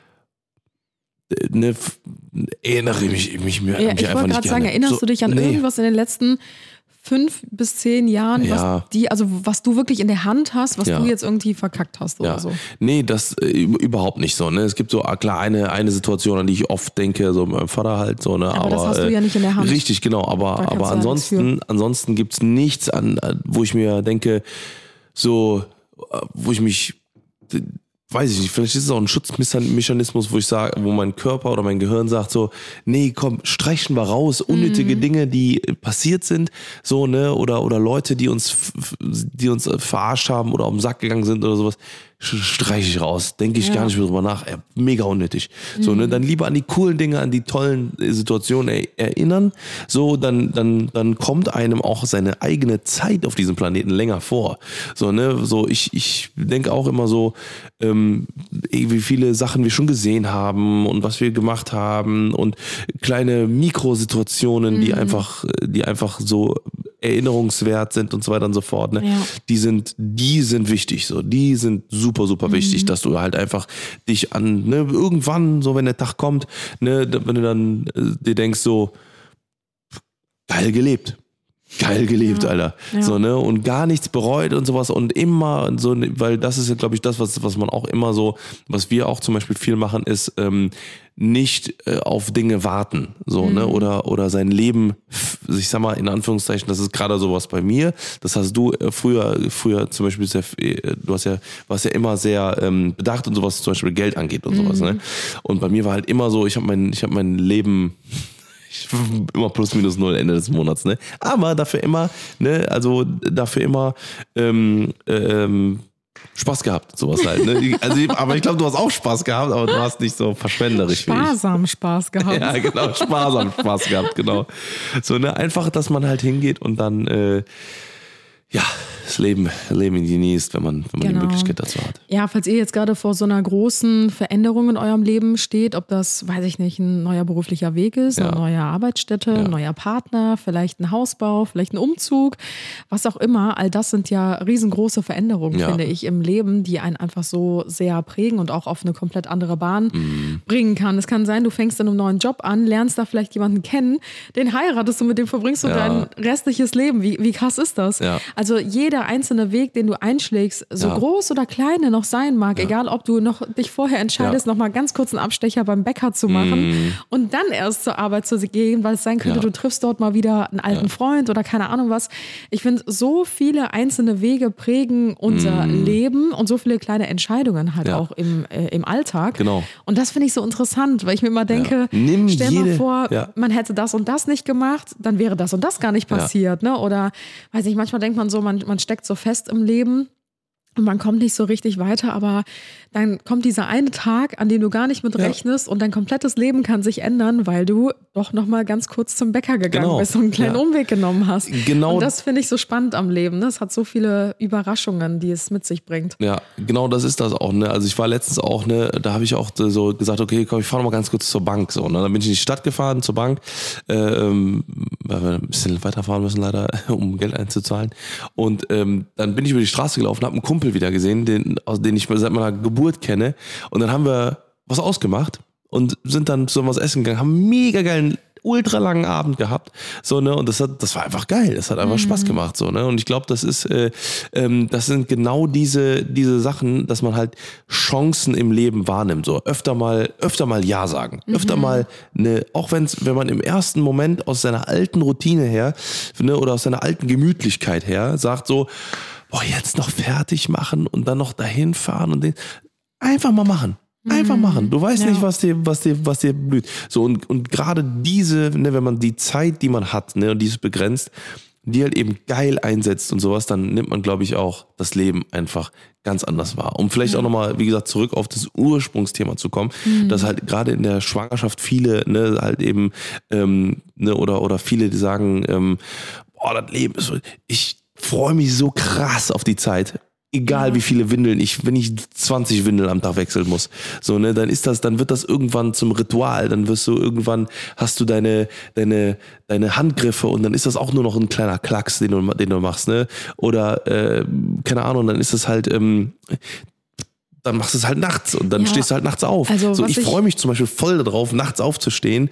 ne, erinnere ich mich einfach nicht gerne. Ich wollte gerade sagen, erinnerst du dich an irgendwas in den letzten 5 bis 10 Jahren, was du wirklich in der Hand hast, was du jetzt irgendwie verkackt hast oder so? Nee, das überhaupt nicht so. Ne? Es gibt so, klar, eine Situation, an die ich oft denke, so mit meinem Vater halt so. Ne? Aber das hast du ja nicht in der Hand. Richtig, genau. Aber ansonsten gibt es nichts, wo ich mir denke, so, wo ich mich, weiß ich nicht, vielleicht ist es auch ein Schutzmechanismus, wo mein Körper oder mein Gehirn sagt so, nee, komm, streichen wir raus, unnötige Dinge, die passiert sind, so, ne, oder Leute, die uns verarscht haben oder auf den Sack gegangen sind oder sowas, streiche ich raus, denke ich gar nicht mehr drüber nach, mega unnötig. So, ne, dann lieber an die coolen Dinge, an die tollen Situationen erinnern, so, dann kommt einem auch seine eigene Zeit auf diesem Planeten länger vor. So, ne, so, ich denke auch immer so, wie viele Sachen wir schon gesehen haben und was wir gemacht haben und kleine Mikrosituationen, die einfach so erinnerungswert sind und so weiter und so fort, ne? Die sind wichtig, so, die sind super, super wichtig, dass du halt einfach dich an, ne, irgendwann, so wenn der Tag kommt, ne, wenn du dann dir denkst so, geil gelebt, Alter. Ja. So, ne, und gar nichts bereut und sowas und immer so, weil das ist ja, glaube ich, das, was man auch immer so, was wir auch zum Beispiel viel machen, ist, nicht auf Dinge warten, so, ne, oder sein Leben, ich sag mal, in Anführungszeichen, das ist gerade sowas bei mir, das hast du früher zum Beispiel warst ja immer sehr bedacht und sowas, zum Beispiel Geld angeht und sowas, ne, und bei mir war halt immer so, ich habe mein Leben immer plus minus null Ende des Monats, ne? Aber dafür immer, ne, also dafür immer Spaß gehabt, sowas halt, ne? Also, aber ich glaube, du hast auch Spaß gehabt, aber du hast nicht so verschwenderisch wie ich. Sparsam Spaß gehabt. Ja, genau, sparsam Spaß gehabt, genau. So, ne, einfach, dass man halt hingeht und dann das Leben genießt, wenn man die Möglichkeit dazu hat. Ja, falls ihr jetzt gerade vor so einer großen Veränderung in eurem Leben steht, ob das, weiß ich nicht, ein neuer beruflicher Weg ist, eine neue Arbeitsstätte, ein neuer Partner, vielleicht ein Hausbau, vielleicht ein Umzug, was auch immer, all das sind ja riesengroße Veränderungen, finde ich, im Leben, die einen einfach so sehr prägen und auch auf eine komplett andere Bahn bringen kann. Es kann sein, du fängst in einem neuen Job an, lernst da vielleicht jemanden kennen, den heiratest du, mit dem verbringst du dein restliches Leben. Wie krass ist das? Ja. Also jeder einzelne Weg, den du einschlägst, so groß oder klein noch sein mag, egal ob du noch dich vorher entscheidest, noch mal ganz kurz einen Abstecher beim Bäcker zu machen und dann erst zur Arbeit zu gehen, weil es sein könnte, du triffst dort mal wieder einen alten Freund oder keine Ahnung was. Ich finde, so viele einzelne Wege prägen unser Leben und so viele kleine Entscheidungen halt auch im Alltag. Genau. Und das finde ich so interessant, weil ich mir immer denke, stell mal vor, man hätte das und das nicht gemacht, dann wäre das und das gar nicht passiert. Ne? Oder, weiß ich, manchmal denkt man so, man steckt so fest im Leben und man kommt nicht so richtig weiter, aber dann kommt dieser eine Tag, an dem du gar nicht mit rechnest und dein komplettes Leben kann sich ändern, weil du doch nochmal ganz kurz zum Bäcker gegangen bist und einen kleinen Umweg genommen hast. Genau. Und das finde ich so spannend am Leben. Ne? Es hat so viele Überraschungen, die es mit sich bringt. Ja, genau, das ist das auch. Ne? Also ich war letztens auch, ne, da habe ich auch so gesagt, okay, komm, ich fahre noch mal ganz kurz zur Bank. So, ne? Dann bin ich in die Stadt gefahren, zur Bank, weil wir ein bisschen weiterfahren müssen leider, um Geld einzuzahlen. Und dann bin ich über die Straße gelaufen, habe einen Kumpel wieder gesehen, den ich seit meiner Geburt kenne. Und dann haben wir was ausgemacht und sind dann zusammen was essen gegangen, haben einen mega geilen, ultra langen Abend gehabt. So, ne? Und das war einfach geil. Das hat einfach Spaß gemacht. So, ne? Und ich glaube, das sind genau diese Sachen, dass man halt Chancen im Leben wahrnimmt. So öfter mal Ja sagen. Öfter mal auch wenn man im ersten Moment aus seiner alten Routine her, ne, oder aus seiner alten Gemütlichkeit her sagt so, boah, jetzt noch fertig machen und dann noch dahin fahren und einfach mal machen. Einfach machen. Du weißt nicht, was dir blüht. So, und gerade diese, ne, wenn man die Zeit, die man hat, ne, und die ist begrenzt, die halt eben geil einsetzt und sowas, dann nimmt man, glaube ich, auch das Leben einfach ganz anders wahr. Um vielleicht auch nochmal, wie gesagt, zurück auf das Ursprungsthema zu kommen, dass halt gerade in der Schwangerschaft viele, ne, halt eben, ne, oder viele, die sagen, boah, das Leben ist so, ich freue mich so krass auf die Zeit. Egal wie viele Windeln wenn ich 20 Windeln am Tag wechseln muss, so, ne, dann wird das irgendwann zum Ritual, dann hast du deine Handgriffe und dann ist das auch nur noch ein kleiner Klacks, den du machst, ne, oder, keine Ahnung, dann ist das halt, dann machst du es halt nachts und dann stehst du halt nachts auf. Also, so, ich freue mich zum Beispiel voll darauf, nachts aufzustehen,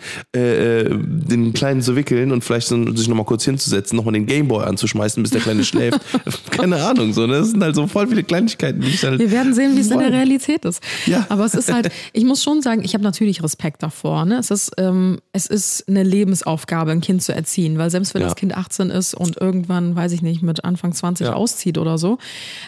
den Kleinen zu wickeln und vielleicht sich nochmal kurz hinzusetzen, nochmal den Gameboy anzuschmeißen, bis der Kleine schläft. Keine Ahnung, so, ne? Das sind halt so voll viele Kleinigkeiten, die ich halt. Wir werden sehen, wie es in der Realität ist. Ja. Aber es ist halt, ich muss schon sagen, ich habe natürlich Respekt davor. Ne? Es ist eine Lebensaufgabe, ein Kind zu erziehen, weil selbst wenn das Kind 18 ist und irgendwann, weiß ich nicht, mit Anfang 20 auszieht oder so,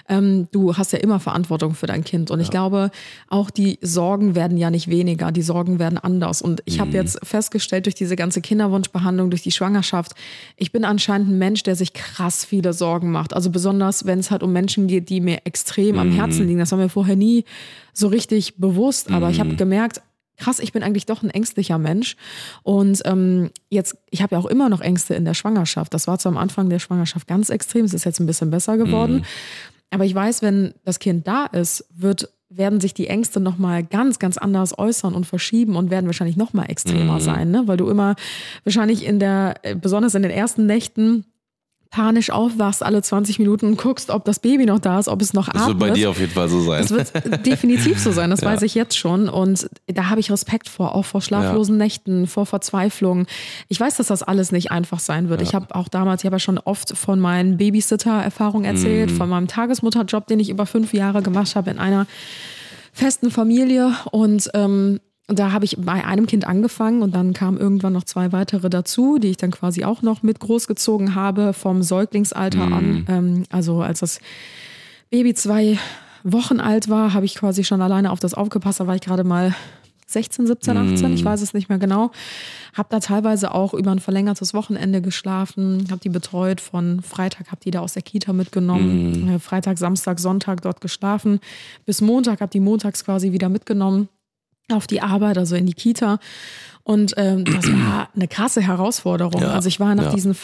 du hast ja immer Verantwortung für dein Kind. Und ich glaube, auch die Sorgen werden ja nicht weniger, die Sorgen werden anders. Und ich habe jetzt festgestellt, durch diese ganze Kinderwunschbehandlung, durch die Schwangerschaft, ich bin anscheinend ein Mensch, der sich krass viele Sorgen macht. Also besonders, wenn es halt um Menschen geht, die mir extrem am Herzen liegen. Das war mir vorher nie so richtig bewusst. Aber ich habe gemerkt, krass, ich bin eigentlich doch ein ängstlicher Mensch. Und ich habe ja auch immer noch Ängste in der Schwangerschaft. Das war zu am Anfang der Schwangerschaft ganz extrem. Es ist jetzt ein bisschen besser geworden. Aber ich weiß, wenn das Kind da ist, werden sich die Ängste nochmal ganz, ganz anders äußern und verschieben und werden wahrscheinlich nochmal extremer sein, ne? Weil du immer wahrscheinlich besonders in den ersten Nächten panisch aufwachst alle 20 Minuten und guckst, ob das Baby noch da ist, ob es noch atmet. Das wird bei dir auf jeden Fall so sein. Das wird definitiv so sein, das weiß ich jetzt schon. Und da habe ich Respekt vor, auch vor schlaflosen Nächten, vor Verzweiflung. Ich weiß, dass das alles nicht einfach sein wird. Ich habe auch damals, schon oft von meinen Babysitter-Erfahrungen erzählt, von meinem Tagesmutterjob, den ich über 5 Jahre gemacht habe in einer festen Familie. Und da habe ich bei einem Kind angefangen und dann kamen irgendwann noch 2 weitere dazu, die ich dann quasi auch noch mit großgezogen habe, vom Säuglingsalter an. Also als das Baby 2 Wochen alt war, habe ich quasi schon alleine auf das aufgepasst. Da war ich gerade mal 16, 17, 18, ich weiß es nicht mehr genau. Habe da teilweise auch über ein verlängertes Wochenende geschlafen, habe die betreut von Freitag, habe die da aus der Kita mitgenommen, Freitag, Samstag, Sonntag dort geschlafen, bis Montag, habe die montags quasi wieder mitgenommen auf die Arbeit, also in die Kita. Und das war eine krasse Herausforderung. Also ich war nach diesen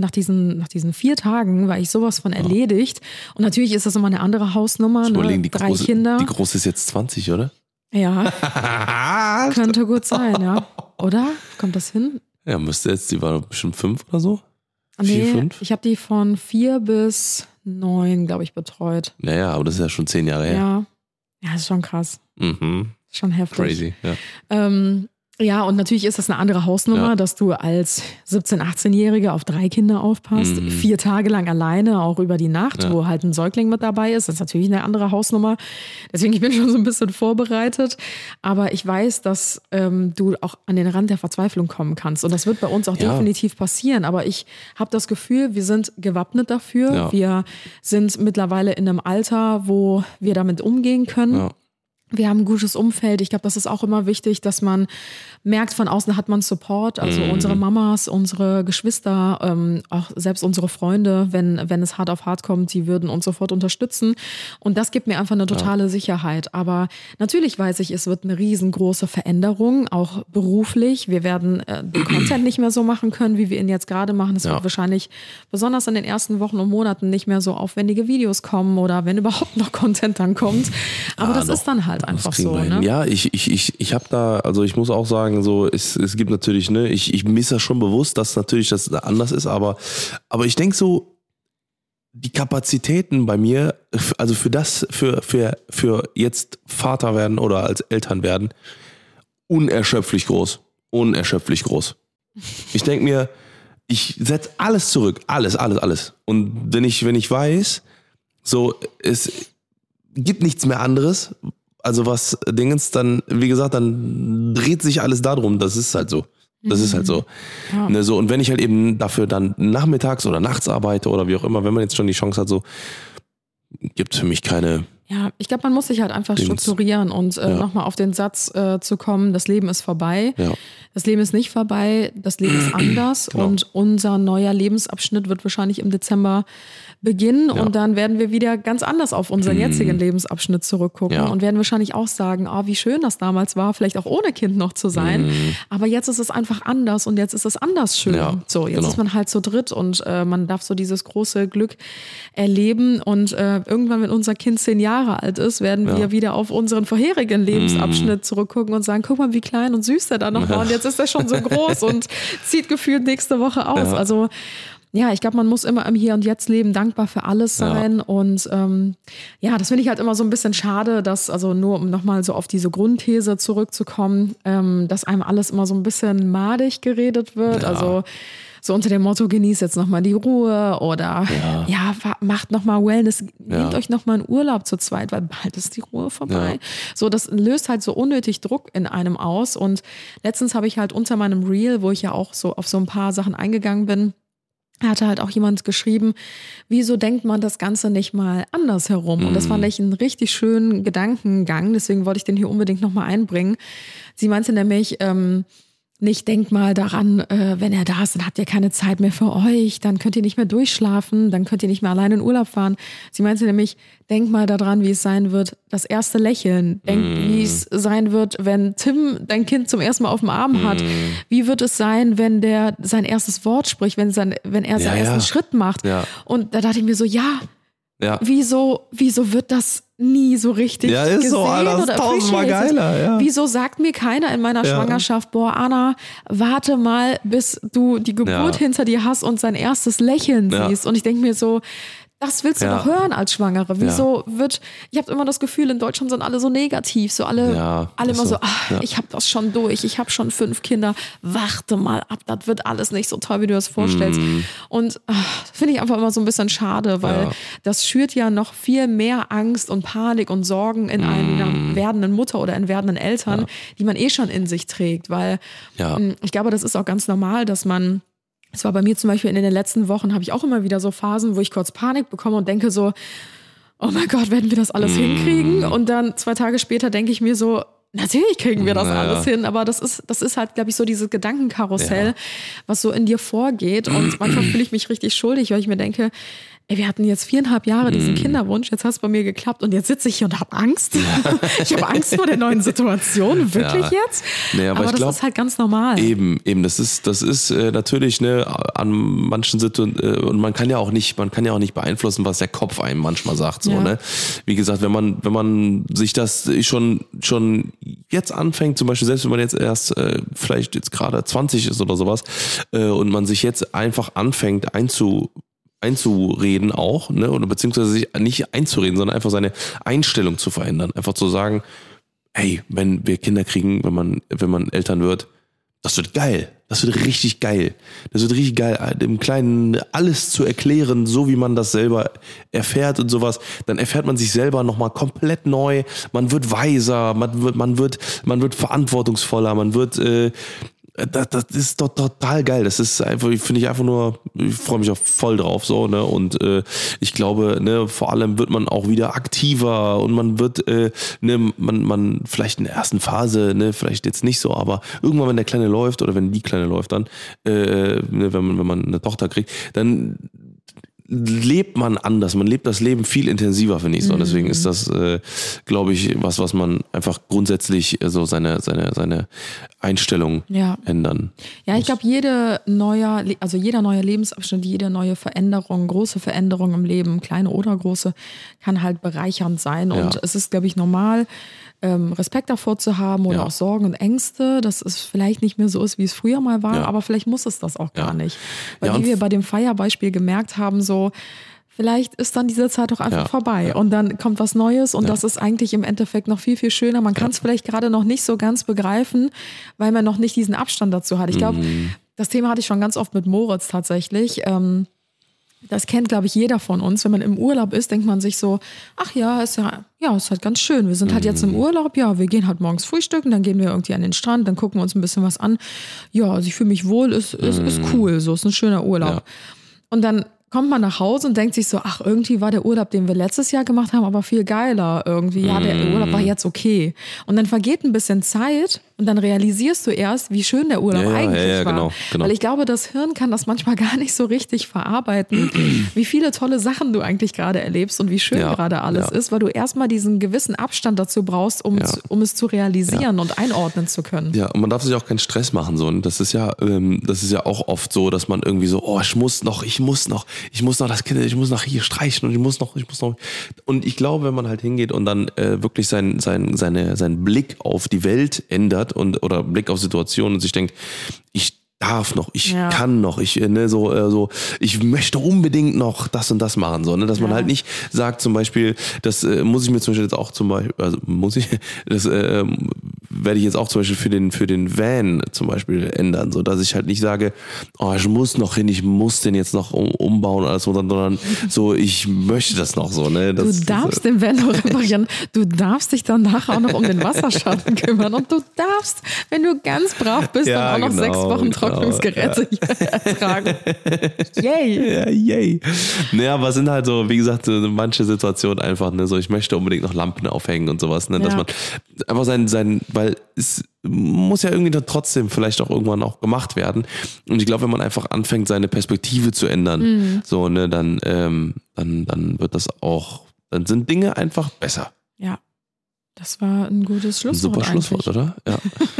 4 Tagen, war ich sowas von erledigt. Und natürlich ist das immer eine andere Hausnummer, ne? 3 Kinder. Die Große ist jetzt 20, oder? Ja, könnte gut sein, ja. Oder? Kommt das hin? Ja, die war bestimmt 5 oder so? 4, 4, 5? Ich habe die von 4 bis 9, glaube ich, betreut. Naja, aber das ist ja schon 10 Jahre her. Ja, das ist schon krass. Schon heftig. Crazy, ja. Ja, und natürlich ist das eine andere Hausnummer, dass du als 17-, 18-Jährige auf 3 Kinder aufpasst, 4 Tage lang alleine, auch über die Nacht, wo halt ein Säugling mit dabei ist. Das ist natürlich eine andere Hausnummer. Deswegen, ich bin schon so ein bisschen vorbereitet. Aber ich weiß, dass du auch an den Rand der Verzweiflung kommen kannst. Und das wird bei uns auch definitiv passieren. Aber ich habe das Gefühl, wir sind gewappnet dafür. Ja. Wir sind mittlerweile in einem Alter, wo wir damit umgehen können. Ja. Wir haben ein gutes Umfeld. Ich glaube, das ist auch immer wichtig, dass man merkt, von außen hat man Support. Also unsere Mamas, unsere Geschwister, auch selbst unsere Freunde, wenn es hart auf hart kommt, die würden uns sofort unterstützen. Und das gibt mir einfach eine totale Sicherheit. Aber natürlich weiß ich, es wird eine riesengroße Veränderung, auch beruflich. Wir werden den Content nicht mehr so machen können, wie wir ihn jetzt gerade machen. Es wird wahrscheinlich besonders in den ersten Wochen und Monaten nicht mehr so aufwendige Videos kommen oder wenn überhaupt noch Content dann kommt. Aber das ist dann halt einfach so. Ne? Ja, ich habe da, also ich muss auch sagen, so es gibt natürlich, ne, ich mir ist ja schon bewusst, dass natürlich das anders ist, aber ich denke so, die Kapazitäten bei mir, also für jetzt Vater werden oder als Eltern werden, unerschöpflich groß. Ich denke mir, ich setze alles zurück, alles. Und wenn ich weiß, so, es gibt nichts mehr anderes, also was Dingens, dann, wie gesagt, dann dreht sich alles darum. Das ist halt so. Ja. Ne, so. Und wenn ich halt eben dafür dann nachmittags oder nachts arbeite oder wie auch immer, wenn man jetzt schon die Chance hat, so, gibt es für mich keine... Ja, ich glaube, man muss sich halt einfach strukturieren und nochmal auf den Satz zu kommen, das Leben ist vorbei. Ja. Das Leben ist nicht vorbei, das Leben ist anders und unser neuer Lebensabschnitt wird wahrscheinlich im Dezember beginnen und dann werden wir wieder ganz anders auf unseren jetzigen Lebensabschnitt zurückgucken und werden wahrscheinlich auch sagen, wie schön das damals war, vielleicht auch ohne Kind noch zu sein, aber jetzt ist es einfach anders und jetzt ist es anders schön. Ja, so, jetzt ist man halt zu dritt und man darf so dieses große Glück erleben und irgendwann, wenn unser Kind 10 Jahre alt ist, werden wir wieder auf unseren vorherigen Lebensabschnitt zurückgucken und sagen, guck mal, wie klein und süß der da noch war und jetzt ist er schon so groß und zieht gefühlt nächste Woche aus. Ja. Also ja, ich glaube, man muss immer im Hier und Jetzt leben, dankbar für alles sein und das finde ich halt immer so ein bisschen schade, dass, also nur um nochmal so auf diese Grundthese zurückzukommen, dass einem alles immer so ein bisschen madig geredet wird, also so unter dem Motto, genießt jetzt nochmal die Ruhe oder macht nochmal Wellness, nehmt euch nochmal einen Urlaub zu zweit, weil bald ist die Ruhe vorbei. Ja. So, das löst halt so unnötig Druck in einem aus und letztens habe ich halt unter meinem Reel, wo ich ja auch so auf so ein paar Sachen eingegangen bin, hatte halt auch jemand geschrieben, wieso denkt man das Ganze nicht mal anders herum? Und das fand ich einen richtig schönen Gedankengang, deswegen wollte ich den hier unbedingt nochmal einbringen. Sie meinte nämlich, nicht denkt mal daran, wenn er da ist, dann habt ihr keine Zeit mehr für euch, dann könnt ihr nicht mehr durchschlafen, dann könnt ihr nicht mehr alleine in Urlaub fahren. Sie meinte nämlich, denk mal daran, wie es sein wird, das erste Lächeln. Denk, wie es sein wird, wenn Tim dein Kind zum ersten Mal auf dem Arm hat. Wie wird es sein, wenn der sein erstes Wort spricht, wenn er seinen ersten Schritt macht. Ja. Und da dachte ich mir so, wieso wird das nie so richtig gesehen so, Alter, oder tausendmal geiler, ja. Wieso sagt mir keiner in meiner Schwangerschaft, boah, Anna, warte mal, bis du die Geburt hinter dir hast und sein erstes Lächeln siehst. Und ich denke mir so, das willst du doch hören als Schwangere. Wieso ich habe immer das Gefühl, in Deutschland sind alle so negativ, so alle immer so, ich habe das schon durch, ich habe schon 5 Kinder, warte mal ab, das wird alles nicht so toll, wie du das vorstellst. Und finde ich einfach immer so ein bisschen schade, weil das schürt ja noch viel mehr Angst und Panik und Sorgen in einer werdenden Mutter oder in werdenden Eltern, die man schon in sich trägt, weil ich glaube, das ist auch ganz normal, dass man es war bei mir zum Beispiel in den letzten Wochen, habe ich auch immer wieder so Phasen, wo ich kurz Panik bekomme und denke so, oh mein Gott, werden wir das alles hinkriegen? Und dann 2 Tage später denke ich mir so, natürlich kriegen wir das alles hin, aber das ist halt, glaube ich, so dieses Gedankenkarussell, was so in dir vorgeht und manchmal fühle ich mich richtig schuldig, weil ich mir denke, wir hatten jetzt 4,5 Jahre diesen Kinderwunsch, jetzt hat es bei mir geklappt und jetzt sitze ich hier und habe Angst. Ich habe Angst vor der neuen Situation, wirklich jetzt? Nee, aber das ist halt ganz normal. Eben, das ist natürlich an manchen Situationen, und man kann ja auch nicht beeinflussen, was der Kopf einem manchmal sagt. So, ne? Wie gesagt, wenn man sich das schon jetzt anfängt, zum Beispiel selbst wenn man jetzt erst vielleicht jetzt gerade 20 ist oder sowas, und man sich jetzt einfach anfängt einzureden auch, ne, oder beziehungsweise sich nicht einzureden, sondern einfach seine Einstellung zu verändern. Einfach zu sagen, hey, wenn wir Kinder kriegen, wenn man Eltern wird, das wird geil. Das wird richtig geil. Das wird richtig geil, dem Kleinen alles zu erklären, so wie man das selber erfährt und sowas. Dann erfährt man sich selber nochmal komplett neu. Man wird weiser, man wird verantwortungsvoller, man wird, das ist doch total geil. Das ist einfach, finde ich einfach nur, ich freue mich auch voll drauf, so, ne, und ich glaube, ne, vor allem wird man auch wieder aktiver und man wird, ne, man vielleicht in der ersten Phase, ne, vielleicht jetzt nicht so, aber irgendwann, wenn der Kleine läuft oder wenn die Kleine läuft dann, ne, wenn man eine Tochter kriegt, dann lebt man anders, man lebt das Leben viel intensiver, finde ich so. Deswegen ist das, glaube ich, was man einfach grundsätzlich so seine Einstellung ändern. Ja, ich glaube, jeder neue Lebensabschnitt, jede neue Veränderung, große Veränderung im Leben, kleine oder große, kann halt bereichernd sein. Und es ist, glaube ich, normal, Respekt davor zu haben oder auch Sorgen und Ängste, dass es vielleicht nicht mehr so ist, wie es früher mal war, aber vielleicht muss es das auch gar nicht. Weil wie wir bei dem Feierbeispiel gemerkt haben, so vielleicht ist dann diese Zeit auch einfach vorbei und dann kommt was Neues und das ist eigentlich im Endeffekt noch viel, viel schöner. Man kann es vielleicht gerade noch nicht so ganz begreifen, weil man noch nicht diesen Abstand dazu hat. Ich glaube, das Thema hatte ich schon ganz oft mit Moritz tatsächlich. Das kennt, glaube ich, jeder von uns. Wenn man im Urlaub ist, denkt man sich so, ach ja, ist halt ganz schön. Wir sind halt jetzt im Urlaub, wir gehen halt morgens frühstücken, dann gehen wir irgendwie an den Strand, dann gucken wir uns ein bisschen was an. Ja, also ich fühle mich wohl, ist cool, so ist ein schöner Urlaub. Ja. Und dann kommt man nach Hause und denkt sich so, ach, irgendwie war der Urlaub, den wir letztes Jahr gemacht haben, aber viel geiler irgendwie. Ja, der Urlaub war jetzt okay. Und dann vergeht ein bisschen Zeit und dann realisierst du erst, wie schön der Urlaub eigentlich war. Genau. Weil ich glaube, das Hirn kann das manchmal gar nicht so richtig verarbeiten, wie viele tolle Sachen du eigentlich gerade erlebst und wie schön gerade alles ist, weil du erstmal diesen gewissen Abstand dazu brauchst, um es zu realisieren und einordnen zu können. Ja, und man darf sich auch keinen Stress machen. So. Und das ist ja auch oft so, dass man irgendwie so, oh, ich muss noch das Kind, ich muss noch hier streichen und ich muss noch. Und ich glaube, wenn man halt hingeht und dann wirklich seinen Blick auf die Welt ändert oder Blick auf Situationen und sich denkt, ich darf noch, ich kann noch, ich möchte unbedingt noch das und das machen, so, ne, dass man halt nicht sagt, zum Beispiel, das muss ich mir zum Beispiel jetzt auch das werde ich jetzt auch zum Beispiel für den Van zum Beispiel ändern, so, dass ich halt nicht sage, oh, ich muss noch hin, ich muss den jetzt noch umbauen oder so, sondern so, ich möchte das noch so, ne. Du darfst den Van noch reparieren, du darfst dich dann nachher auch noch um den Wasserschaden kümmern und du darfst, wenn du ganz brav bist, dann auch noch 6 Wochen Trocknungsgeräte ertragen. Yay! Ja, yay! Naja, aber es sind halt so, wie gesagt, so manche Situationen einfach, ne, so, ich möchte unbedingt noch Lampen aufhängen und sowas, ne, dass man einfach weil es muss ja irgendwie dann trotzdem vielleicht auch irgendwann auch gemacht werden. Und ich glaube, wenn man einfach anfängt, seine Perspektive zu ändern, so, ne, dann wird das auch, dann sind Dinge einfach besser. Ja. Das war ein gutes Schlusswort. Super Schlusswort, oder? Ja.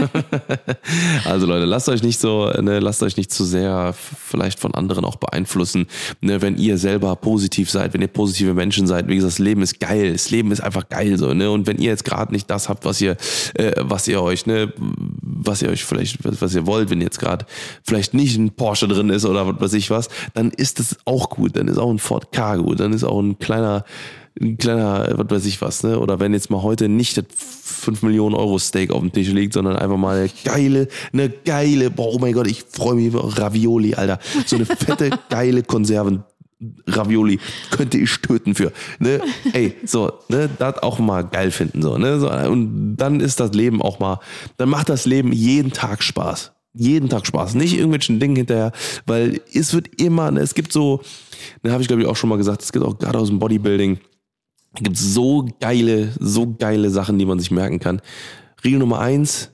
Also Leute, lasst euch nicht zu sehr vielleicht von anderen auch beeinflussen. Ne, wenn ihr selber positiv seid, wenn ihr positive Menschen seid, wie gesagt, das Leben ist geil. Das Leben ist einfach geil so, ne? Und wenn ihr jetzt gerade nicht das habt, was ihr euch vielleicht, was ihr wollt, wenn jetzt gerade vielleicht nicht ein Porsche drin ist oder was weiß ich was, dann ist das auch gut. Dann ist auch ein Ford Ka gut. Dann ist auch ein kleiner, was weiß ich was, ne? Oder wenn jetzt mal heute nicht das 5 Millionen Euro Steak auf dem Tisch liegt, sondern einfach mal eine geile, boah, oh mein Gott, ich freue mich über Ravioli, Alter. So eine fette, geile Konserven. Ravioli könnte ich töten für, ne? Ey, so, ne, das auch mal geil finden, so, ne? So, und dann ist das Leben auch mal, dann macht das Leben jeden Tag Spaß. Jeden Tag Spaß. Nicht irgendwelchen Dingen hinterher, weil es wird immer, ne, es gibt so, da habe ich glaube ich auch schon mal gesagt, es gibt auch gerade aus dem Bodybuilding, es gibt so geile Sachen, die man sich merken kann. Regel Nummer 1,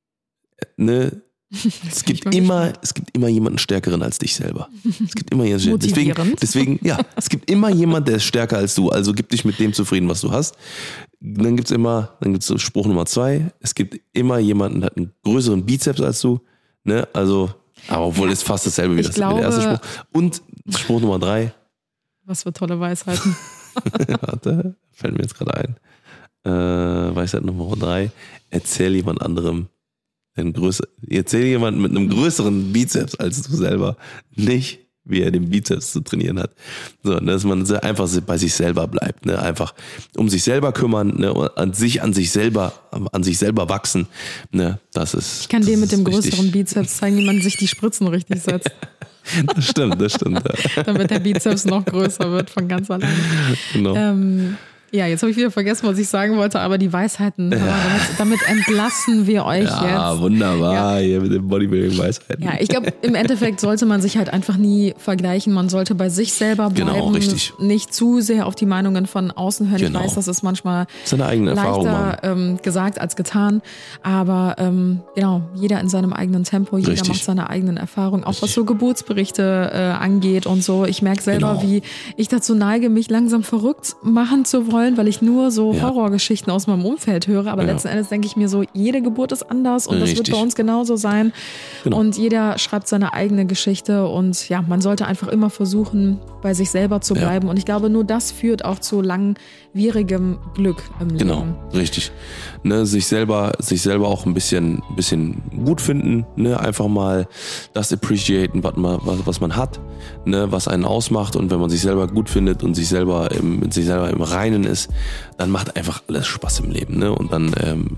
ne, es gibt immer jemanden Stärkeren als dich selber. Es gibt immer jemanden. Deswegen, ja, es gibt immer jemanden, der ist stärker als du. Also gib dich mit dem zufrieden, was du hast. Dann gibt's Spruch Nummer 2. Es gibt immer jemanden, der hat einen größeren Bizeps als du. Ne, also, aber obwohl ist fast dasselbe wie der erste Spruch. Und Spruch Nummer 3. Was für tolle Weisheiten. Warte, fällt mir jetzt gerade ein. Weisheit Nummer 3. Erzähl jemand mit einem größeren Bizeps als du selber nicht, wie er den Bizeps zu trainieren hat. So, dass man einfach bei sich selber bleibt, ne? Einfach um sich selber kümmern, ne? An sich selber wachsen, ne? Das ist. Ich kann dir mit dem wichtig. größeren Bizeps zeigen, wie man sich die Spritzen richtig setzt. Das stimmt. Ja. Damit der Bizeps noch größer wird von ganz alleine. Genau. Ja, jetzt habe ich wieder vergessen, was ich sagen wollte, aber die Weisheiten, damit entlassen wir euch jetzt. Ja, wunderbar, hier mit den Bodybuilding-Weisheiten. Ja, ich glaube, im Endeffekt sollte man sich halt einfach nie vergleichen. Man sollte bei sich selber bleiben. Genau, richtig. Nicht zu sehr auf die Meinungen von außen hören. Genau. Ich weiß, das ist manchmal Seine eigene Erfahrung leichter gesagt als getan. Aber genau, jeder in seinem eigenen Tempo, jeder Richtig. macht seine eigenen Erfahrungen. Auch was so Geburtsberichte angeht und so. Ich merke selber, Genau. wie ich dazu neige, mich langsam verrückt machen zu wollen, weil ich nur so Horrorgeschichten aus meinem Umfeld höre. Aber letzten Endes denke ich mir so, jede Geburt ist anders und das wird Richtig. bei uns genauso sein. Genau. Und jeder schreibt seine eigene Geschichte und ja, man sollte einfach immer versuchen, bei sich selber zu bleiben. Und ich glaube, nur das führt auch zu langwierigem Glück im Leben. Genau, richtig. Ne, sich selber auch ein bisschen gut finden, ne, einfach mal das appreciaten, was man hat, ne, was einen ausmacht, und wenn man sich selber gut findet und mit sich selber im Reinen ist, dann macht einfach alles Spaß im Leben, ne, und dann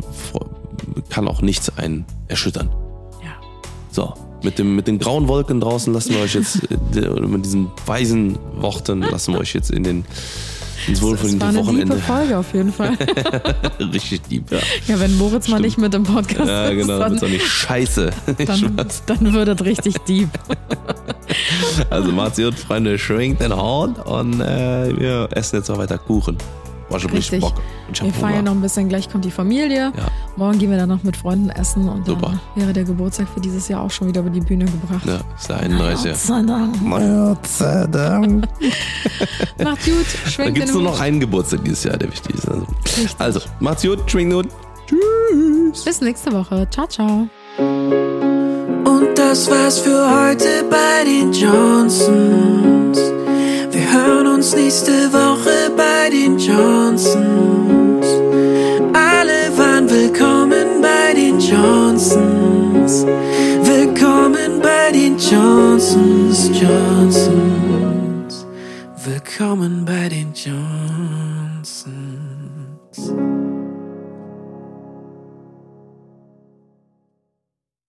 kann auch nichts einen erschüttern. Ja. So. Mit den grauen Wolken draußen lassen wir euch jetzt, mit diesen weisen Worten lassen wir euch jetzt ins wohlverdiente Das war eine Wochenende. liebe Folge auf jeden Fall. Richtig deep, ja. Ja, wenn Moritz mal nicht mit im Podcast Ja, ist, genau, dann, wird's auch nicht scheiße. dann wird es richtig deep. Also macht's gut, Freunde, schwingt den Horn und wir essen jetzt noch weiter Kuchen. War schon richtig Bock. Und ich hab Wir feiern Hunger. noch ein bisschen, gleich kommt die Familie. Ja. Morgen gehen wir dann noch mit Freunden essen und Super. dann wäre der Geburtstag für dieses Jahr auch schon wieder über die Bühne gebracht. Ja, ist der 31. Gott sei Dank. Gott sei Dank. Macht gut, Dann schwenkt gibt's den nur Hut. noch einen Geburtstag dieses Jahr, der wichtig ist. Also macht's gut, schwingt gut. Bis nächste Woche. Ciao, ciao. Und das war's für heute bei den Johnsons. Wir hören uns nächste Woche bei den Johnsons. Alle waren willkommen bei den Johnsons. Willkommen bei den Johnsons. Willkommen bei den Johnsons.